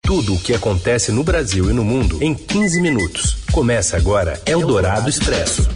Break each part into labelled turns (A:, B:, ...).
A: Tudo o que acontece no Brasil e no mundo em 15 minutos. Começa agora Eldorado Expresso.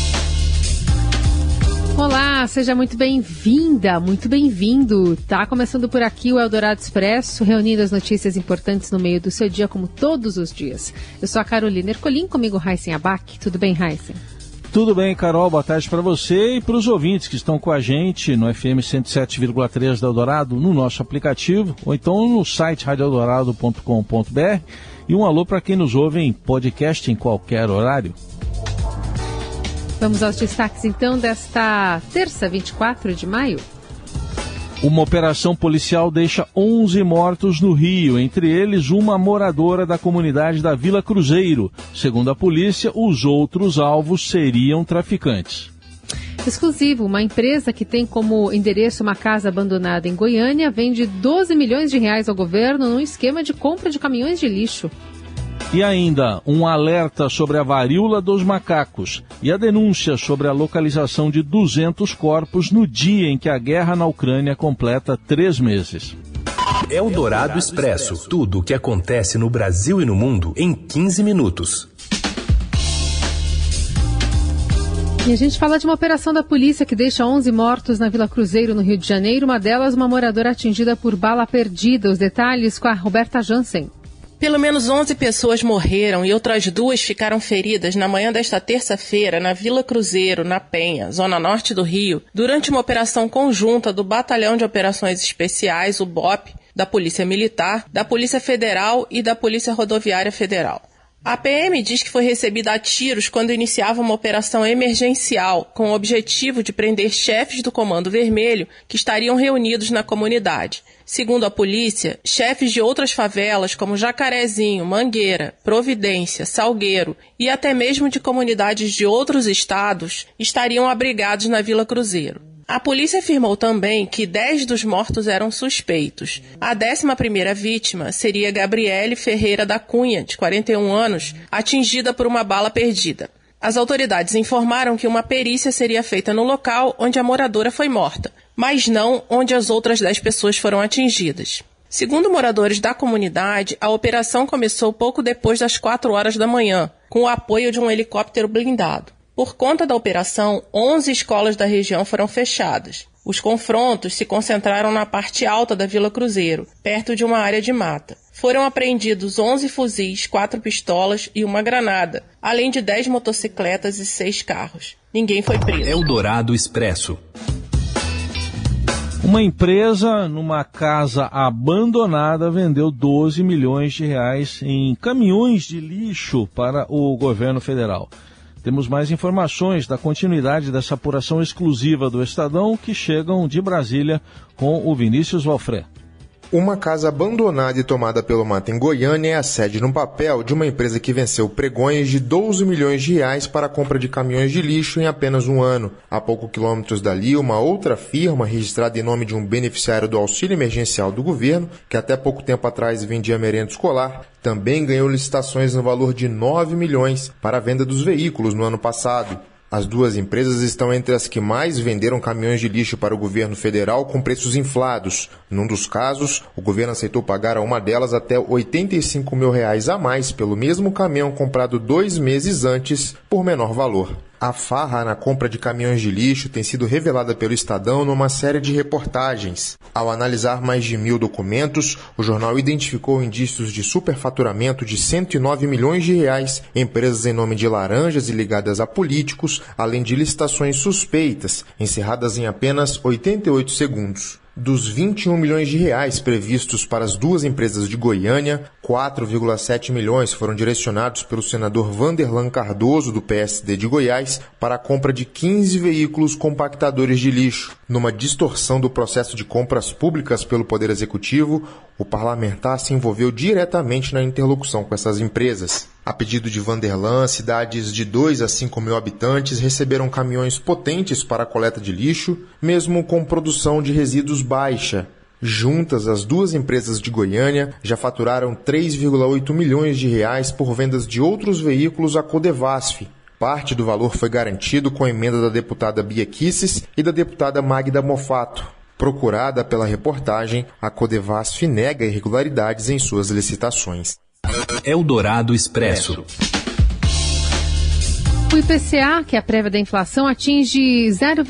B: Olá, seja muito bem-vinda, muito bem-vindo. Tá começando por aqui o Eldorado Expresso, reunindo as notícias importantes no meio do seu dia, como todos os dias. Eu sou a Carolina Ercolim, comigo Raíssen Abac. Tudo bem, Raíssen?
C: Tudo bem, Carol. Boa tarde para você e para os ouvintes que estão com a gente no FM 107,3 da Eldorado, no nosso aplicativo, ou então no site radioeldorado.com.br. E um alô para quem nos ouve em podcast em qualquer horário.
B: Vamos aos destaques, então, desta terça, 24 de maio.
C: Uma operação policial deixa 11 mortos no Rio, entre eles uma moradora da comunidade da Vila Cruzeiro. Segundo a polícia, os outros alvos seriam traficantes.
B: Exclusivo, uma empresa que tem como endereço uma casa abandonada em Goiânia vende 12 milhões de reais ao governo num esquema de compra de caminhões de lixo.
C: E ainda, um alerta sobre a varíola dos macacos e a denúncia sobre a localização de 200 corpos no dia em que a guerra na Ucrânia completa 3 meses.
A: Eldorado Expresso. Tudo o que acontece no Brasil e no mundo em 15 minutos.
B: E a gente fala de uma operação da polícia que deixa 11 mortos na Vila Cruzeiro, no Rio de Janeiro. Uma delas, uma moradora atingida por bala perdida. Os detalhes com a Roberta Jansen.
D: Pelo menos 11 pessoas morreram e outras 2 ficaram feridas na manhã desta terça-feira na Vila Cruzeiro, na Penha, zona norte do Rio, durante uma operação conjunta do Batalhão de Operações Especiais, o BOP, da Polícia Militar, da Polícia Federal e da Polícia Rodoviária Federal. A PM diz que foi recebida a tiros quando iniciava uma operação emergencial com o objetivo de prender chefes do Comando Vermelho que estariam reunidos na comunidade. Segundo a polícia, chefes de outras favelas como Jacarezinho, Mangueira, Providência, Salgueiro e até mesmo de comunidades de outros estados estariam abrigados na Vila Cruzeiro. A polícia afirmou também que 10 dos mortos eram suspeitos. A 11ª vítima seria Gabriele Ferreira da Cunha, de 41 anos, atingida por uma bala perdida. As autoridades informaram que uma perícia seria feita no local onde a moradora foi morta, mas não onde as outras 10 pessoas foram atingidas. Segundo moradores da comunidade, a operação começou pouco depois das 4 horas da manhã, com o apoio de um helicóptero blindado. Por conta da operação, 11 escolas da região foram fechadas. Os confrontos se concentraram na parte alta da Vila Cruzeiro, perto de uma área de mata. Foram apreendidos 11 fuzis, 4 pistolas e uma granada, além de 10 motocicletas e 6 carros. Ninguém foi preso.
A: Eldorado Expresso.
C: Uma empresa numa casa abandonada vendeu 12 milhões de reais em caminhões de lixo para o governo federal. Temos mais informações da continuidade dessa apuração exclusiva do Estadão que chegam de Brasília com o Vinícius Valfré.
E: Uma casa abandonada e tomada pelo mato em Goiânia é a sede no papel de uma empresa que venceu pregões de 12 milhões de reais para a compra de caminhões de lixo em apenas um ano. A poucos quilômetros dali, uma outra firma, registrada em nome de um beneficiário do auxílio emergencial do governo, que até pouco tempo atrás vendia merenda escolar, também ganhou licitações no valor de 9 milhões para a venda dos veículos no ano passado. As duas empresas estão entre as que mais venderam caminhões de lixo para o governo federal com preços inflados. Num dos casos, o governo aceitou pagar a uma delas até R$ 85 mil a mais pelo mesmo caminhão comprado 2 meses antes por menor valor. A farra na compra de caminhões de lixo tem sido revelada pelo Estadão numa série de reportagens. Ao analisar mais de 1.000 documentos, o jornal identificou indícios de superfaturamento de 109 milhões de reais, empresas em nome de laranjas e ligadas a políticos, além de licitações suspeitas, encerradas em apenas 88 segundos. Dos 21 milhões de reais previstos para as duas empresas de Goiânia, 4,7 milhões foram direcionados pelo senador Vanderlan Cardoso, do PSD de Goiás, para a compra de 15 veículos compactadores de lixo. Numa distorção do processo de compras públicas pelo Poder Executivo, o parlamentar se envolveu diretamente na interlocução com essas empresas. A pedido de Vanderlan, cidades de 2 a 5 mil habitantes receberam caminhões potentes para a coleta de lixo, mesmo com produção de resíduos baixa. Juntas, as duas empresas de Goiânia já faturaram 3,8 milhões de reais por vendas de outros veículos à Codevasf. Parte do valor foi garantido com a emenda da deputada Bia Kicis e da deputada Magda Mofato. Procurada pela reportagem, a Codevasf nega irregularidades em suas licitações.
A: Eldorado Expresso.
B: O IPCA, que é a prévia da inflação, atinge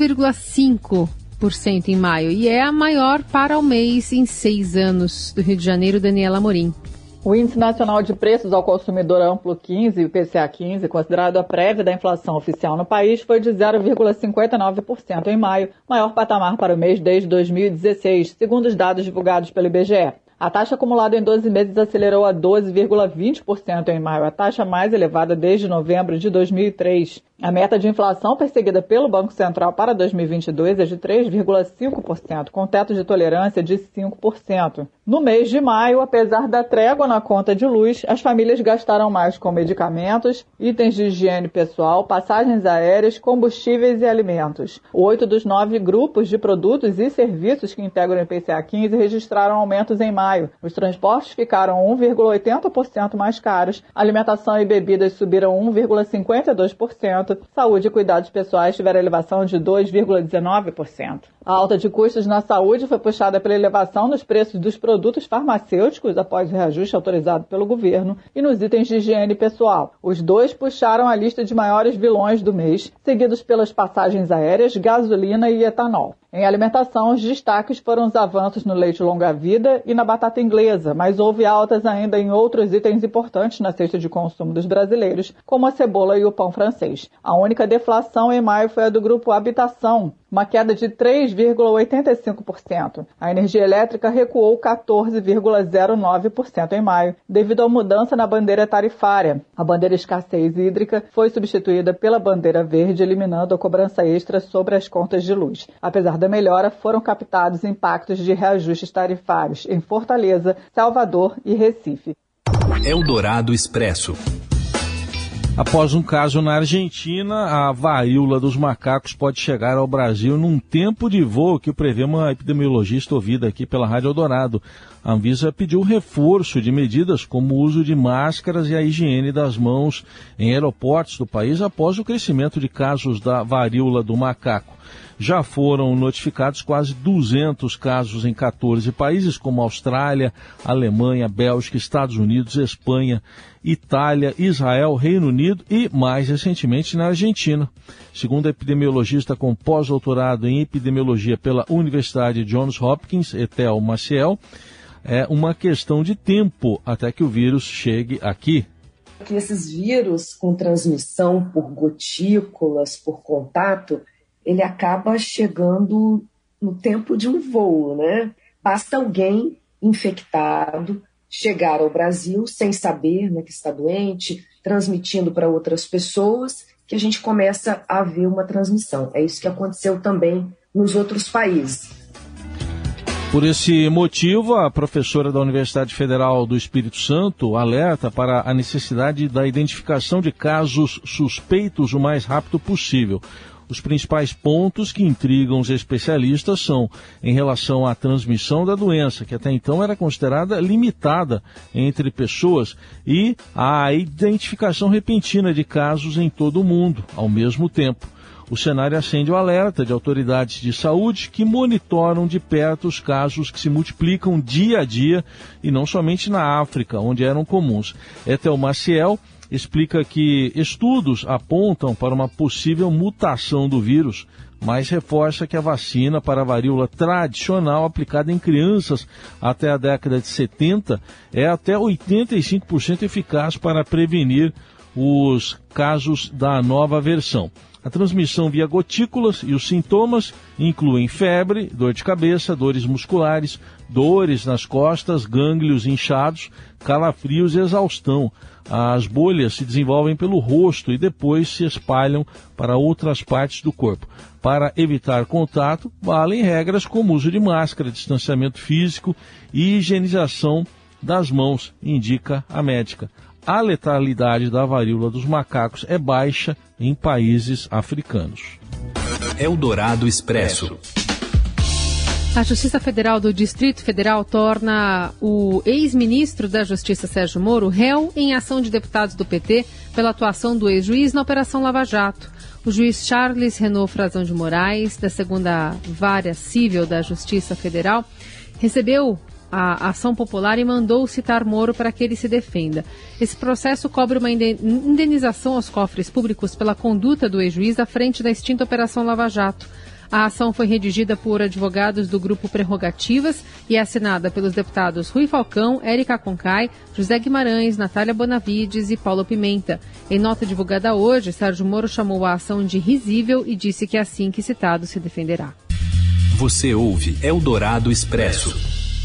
B: 0,5% em maio e é a maior para o mês em 6 anos. Do Rio de Janeiro, Daniela Amorim.
F: O Índice Nacional de Preços ao Consumidor Amplo 15, o IPCA 15, considerado a prévia da inflação oficial no país, foi de 0,59% em maio, maior patamar para o mês desde 2016, segundo os dados divulgados pelo IBGE. A taxa acumulada em 12 meses acelerou a 12,20% em maio, a taxa mais elevada desde novembro de 2003. A meta de inflação perseguida pelo Banco Central para 2022 é de 3,5%, com teto de tolerância de 5%. No mês de maio, apesar da trégua na conta de luz, as famílias gastaram mais com medicamentos, itens de higiene pessoal, passagens aéreas, combustíveis e alimentos. 8 dos 9 grupos de produtos e serviços que integram o IPCA 15 registraram aumentos em maio. Os transportes ficaram 1,80% mais caros, alimentação e bebidas subiram 1,52%, saúde e cuidados pessoais tiveram elevação de 2,19%. A alta de custos na saúde foi puxada pela elevação nos preços dos produtos farmacêuticos após o reajuste autorizado pelo governo e nos itens de higiene pessoal. Os dois puxaram a lista de maiores vilões do mês, seguidos pelas passagens aéreas, gasolina e etanol. Em alimentação, os destaques foram os avanços no leite longa-vida e na batata inglesa, mas houve altas ainda em outros itens importantes na cesta de consumo dos brasileiros, como a cebola e o pão francês. A única deflação em maio foi a do grupo Habitação, uma queda de 3,85%. A energia elétrica recuou 14,09% em maio, devido à mudança na bandeira tarifária. A bandeira escassez hídrica foi substituída pela bandeira verde, eliminando a cobrança extra sobre as contas de luz. Apesar da melhora, foram captados impactos de reajustes tarifários em Fortaleza, Salvador e Recife.
A: Eldorado Expresso.
C: Após um caso na Argentina, a varíola dos macacos pode chegar ao Brasil num tempo de voo que prevê uma epidemiologista ouvida aqui pela Rádio Eldorado. A Anvisa pediu reforço de medidas como o uso de máscaras e a higiene das mãos em aeroportos do país após o crescimento de casos da varíola do macaco. Já foram notificados quase 200 casos em 14 países, como Austrália, Alemanha, Bélgica, Estados Unidos, Espanha, Itália, Israel, Reino Unido e, mais recentemente, na Argentina. Segundo a epidemiologista com pós-doutorado em epidemiologia pela Universidade Johns Hopkins, Ethel Maciel, é uma questão de tempo até que o vírus chegue aqui.
G: Que esses vírus com transmissão por gotículas, por contato, ele acaba chegando no tempo de um voo, né? Basta alguém infectado chegar ao Brasil sem saber, né, que está doente, transmitindo para outras pessoas, que a gente começa a ver uma transmissão. É isso que aconteceu também nos outros países.
C: Por esse motivo, a professora da Universidade Federal do Espírito Santo alerta para a necessidade da identificação de casos suspeitos o mais rápido possível. Os principais pontos que intrigam os especialistas são em relação à transmissão da doença, que até então era considerada limitada entre pessoas, e a identificação repentina de casos em todo o mundo, ao mesmo tempo. O cenário acende o alerta de autoridades de saúde que monitoram de perto os casos que se multiplicam dia a dia e não somente na África, onde eram comuns. Ethel Maciel explica que estudos apontam para uma possível mutação do vírus, mas reforça que a vacina para a varíola tradicional aplicada em crianças até a década de 70 é até 85% eficaz para prevenir os casos da nova versão. A transmissão via gotículas e os sintomas incluem febre, dor de cabeça, dores musculares, dores nas costas, gânglios inchados, calafrios e exaustão. As bolhas se desenvolvem pelo rosto e depois se espalham para outras partes do corpo. Para evitar contato, valem regras como uso de máscara, distanciamento físico e higienização das mãos, indica a médica. A letalidade da varíola dos macacos é baixa em países africanos.
A: Eldorado Expresso.
B: A Justiça Federal do Distrito Federal torna o ex-ministro da Justiça, Sérgio Moro, réu em ação de deputados do PT pela atuação do ex-juiz na Operação Lava Jato. O juiz Charles Renaud Frazão de Moraes, da segunda Vara Civil da Justiça Federal, recebeu a ação popular e mandou citar Moro para que ele se defenda. Esse processo cobre uma indenização aos cofres públicos pela conduta do ex-juiz à frente da extinta Operação Lava Jato. A ação foi redigida por advogados do Grupo Prerrogativas e é assinada pelos deputados Rui Falcão, Érica Concai, José Guimarães, Natália Bonavides e Paulo Pimenta. Em nota divulgada hoje, Sérgio Moro chamou a ação de risível e disse que assim que citado se defenderá.
A: Você ouve Eldorado Expresso.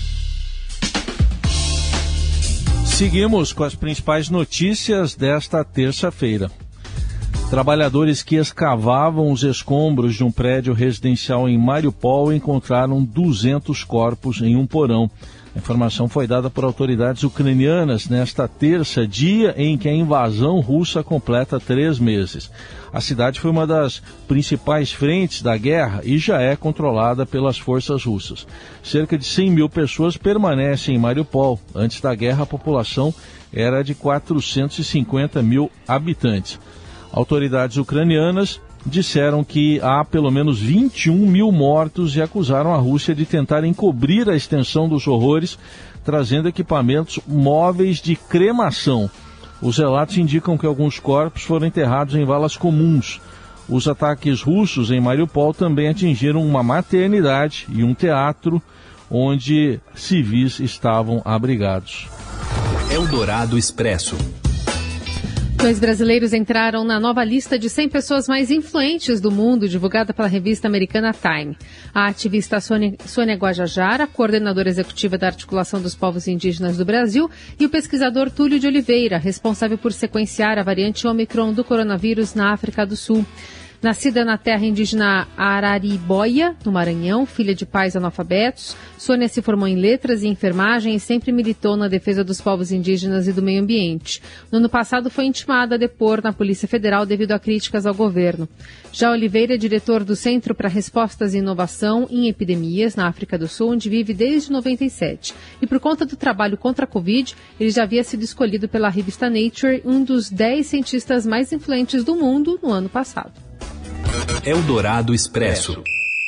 C: Seguimos com as principais notícias desta terça-feira. Trabalhadores que escavavam os escombros de um prédio residencial em Mariupol encontraram 200 corpos em um porão. A informação foi dada por autoridades ucranianas nesta terça, dia em que a invasão russa completa 3 meses. A cidade foi uma das principais frentes da guerra e já é controlada pelas forças russas. Cerca de 100 mil pessoas permanecem em Mariupol. Antes da guerra, a população era de 450 mil habitantes. Autoridades ucranianas disseram que há pelo menos 21 mil mortos e acusaram a Rússia de tentar encobrir a extensão dos horrores, trazendo equipamentos móveis de cremação. Os relatos indicam que alguns corpos foram enterrados em valas comuns. Os ataques russos em Mariupol também atingiram uma maternidade e um teatro onde civis estavam abrigados.
A: Eldorado Expresso.
B: 2 brasileiros entraram na nova lista de 100 pessoas mais influentes do mundo, divulgada pela revista americana Time. A ativista Sônia Guajajara, coordenadora executiva da Articulação dos Povos Indígenas do Brasil, e o pesquisador Túlio de Oliveira, responsável por sequenciar a variante Omicron do coronavírus na África do Sul. Nascida na terra indígena Araribóia, no Maranhão, filha de pais analfabetos, Sônia se formou em letras e enfermagem e sempre militou na defesa dos povos indígenas e do meio ambiente. No ano passado foi intimada a depor na Polícia Federal devido a críticas ao governo. Já Oliveira é diretor do Centro para Respostas e Inovação em Epidemias, na África do Sul, onde vive desde 97. E por conta do trabalho contra a Covid, ele já havia sido escolhido pela revista Nature, um dos 10 cientistas mais influentes do mundo no ano passado.
A: Eldorado Expresso.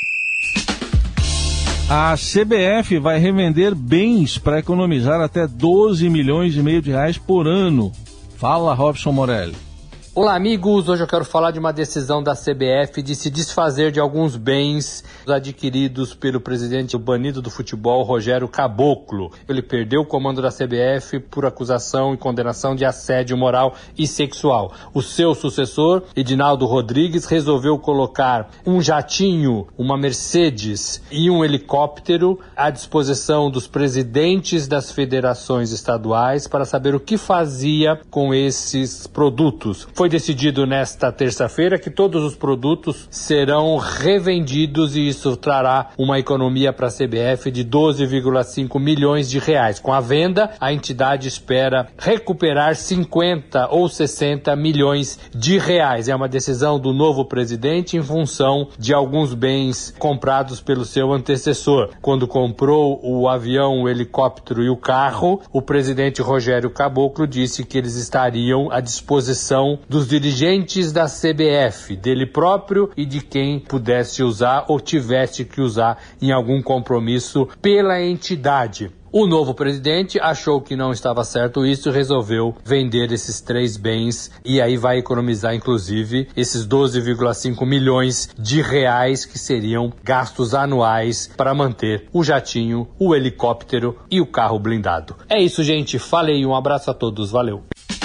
C: A CBF vai revender bens para economizar até 12 milhões e meio de reais por ano. Fala, Robson Morelli.
H: Olá, amigos. Hoje eu quero falar de uma decisão da CBF de se desfazer de alguns bens adquiridos pelo presidente banido do futebol, Rogério Caboclo. Ele perdeu o comando da CBF por acusação e condenação de assédio moral e sexual. O seu sucessor, Edinaldo Rodrigues, resolveu colocar um jatinho, uma Mercedes e um helicóptero à disposição dos presidentes das federações estaduais para saber o que fazia com esses produtos. Foi decidido nesta terça-feira que todos os produtos serão revendidos e isso trará uma economia para a CBF de 12,5 milhões de reais. Com a venda, a entidade espera recuperar 50 ou 60 milhões de reais. É uma decisão do novo presidente em função de alguns bens comprados pelo seu antecessor. Quando comprou o avião, o helicóptero e o carro, o presidente Rogério Caboclo disse que eles estariam à disposição dos dirigentes da CBF, dele próprio e de quem pudesse usar ou tivesse que usar em algum compromisso pela entidade. O novo presidente achou que não estava certo isso e resolveu vender esses 3 bens e aí vai economizar inclusive esses 12,5 milhões de reais que seriam gastos anuais para manter o jatinho, o helicóptero e o carro blindado. É isso, gente. Falei, um abraço a todos. Valeu.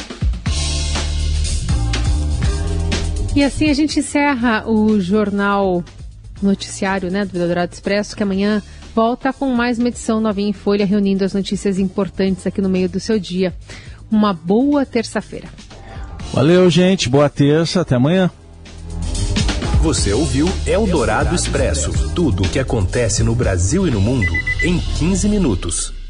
B: E assim a gente encerra o jornal noticiário, do Eldorado Expresso, que amanhã volta com mais uma edição novinha em folha, reunindo as notícias importantes aqui no meio do seu dia. Uma boa terça-feira.
C: Valeu, gente. Boa terça. Até amanhã.
A: Você ouviu Eldorado Expresso. Tudo o que acontece no Brasil e no mundo em 15 minutos.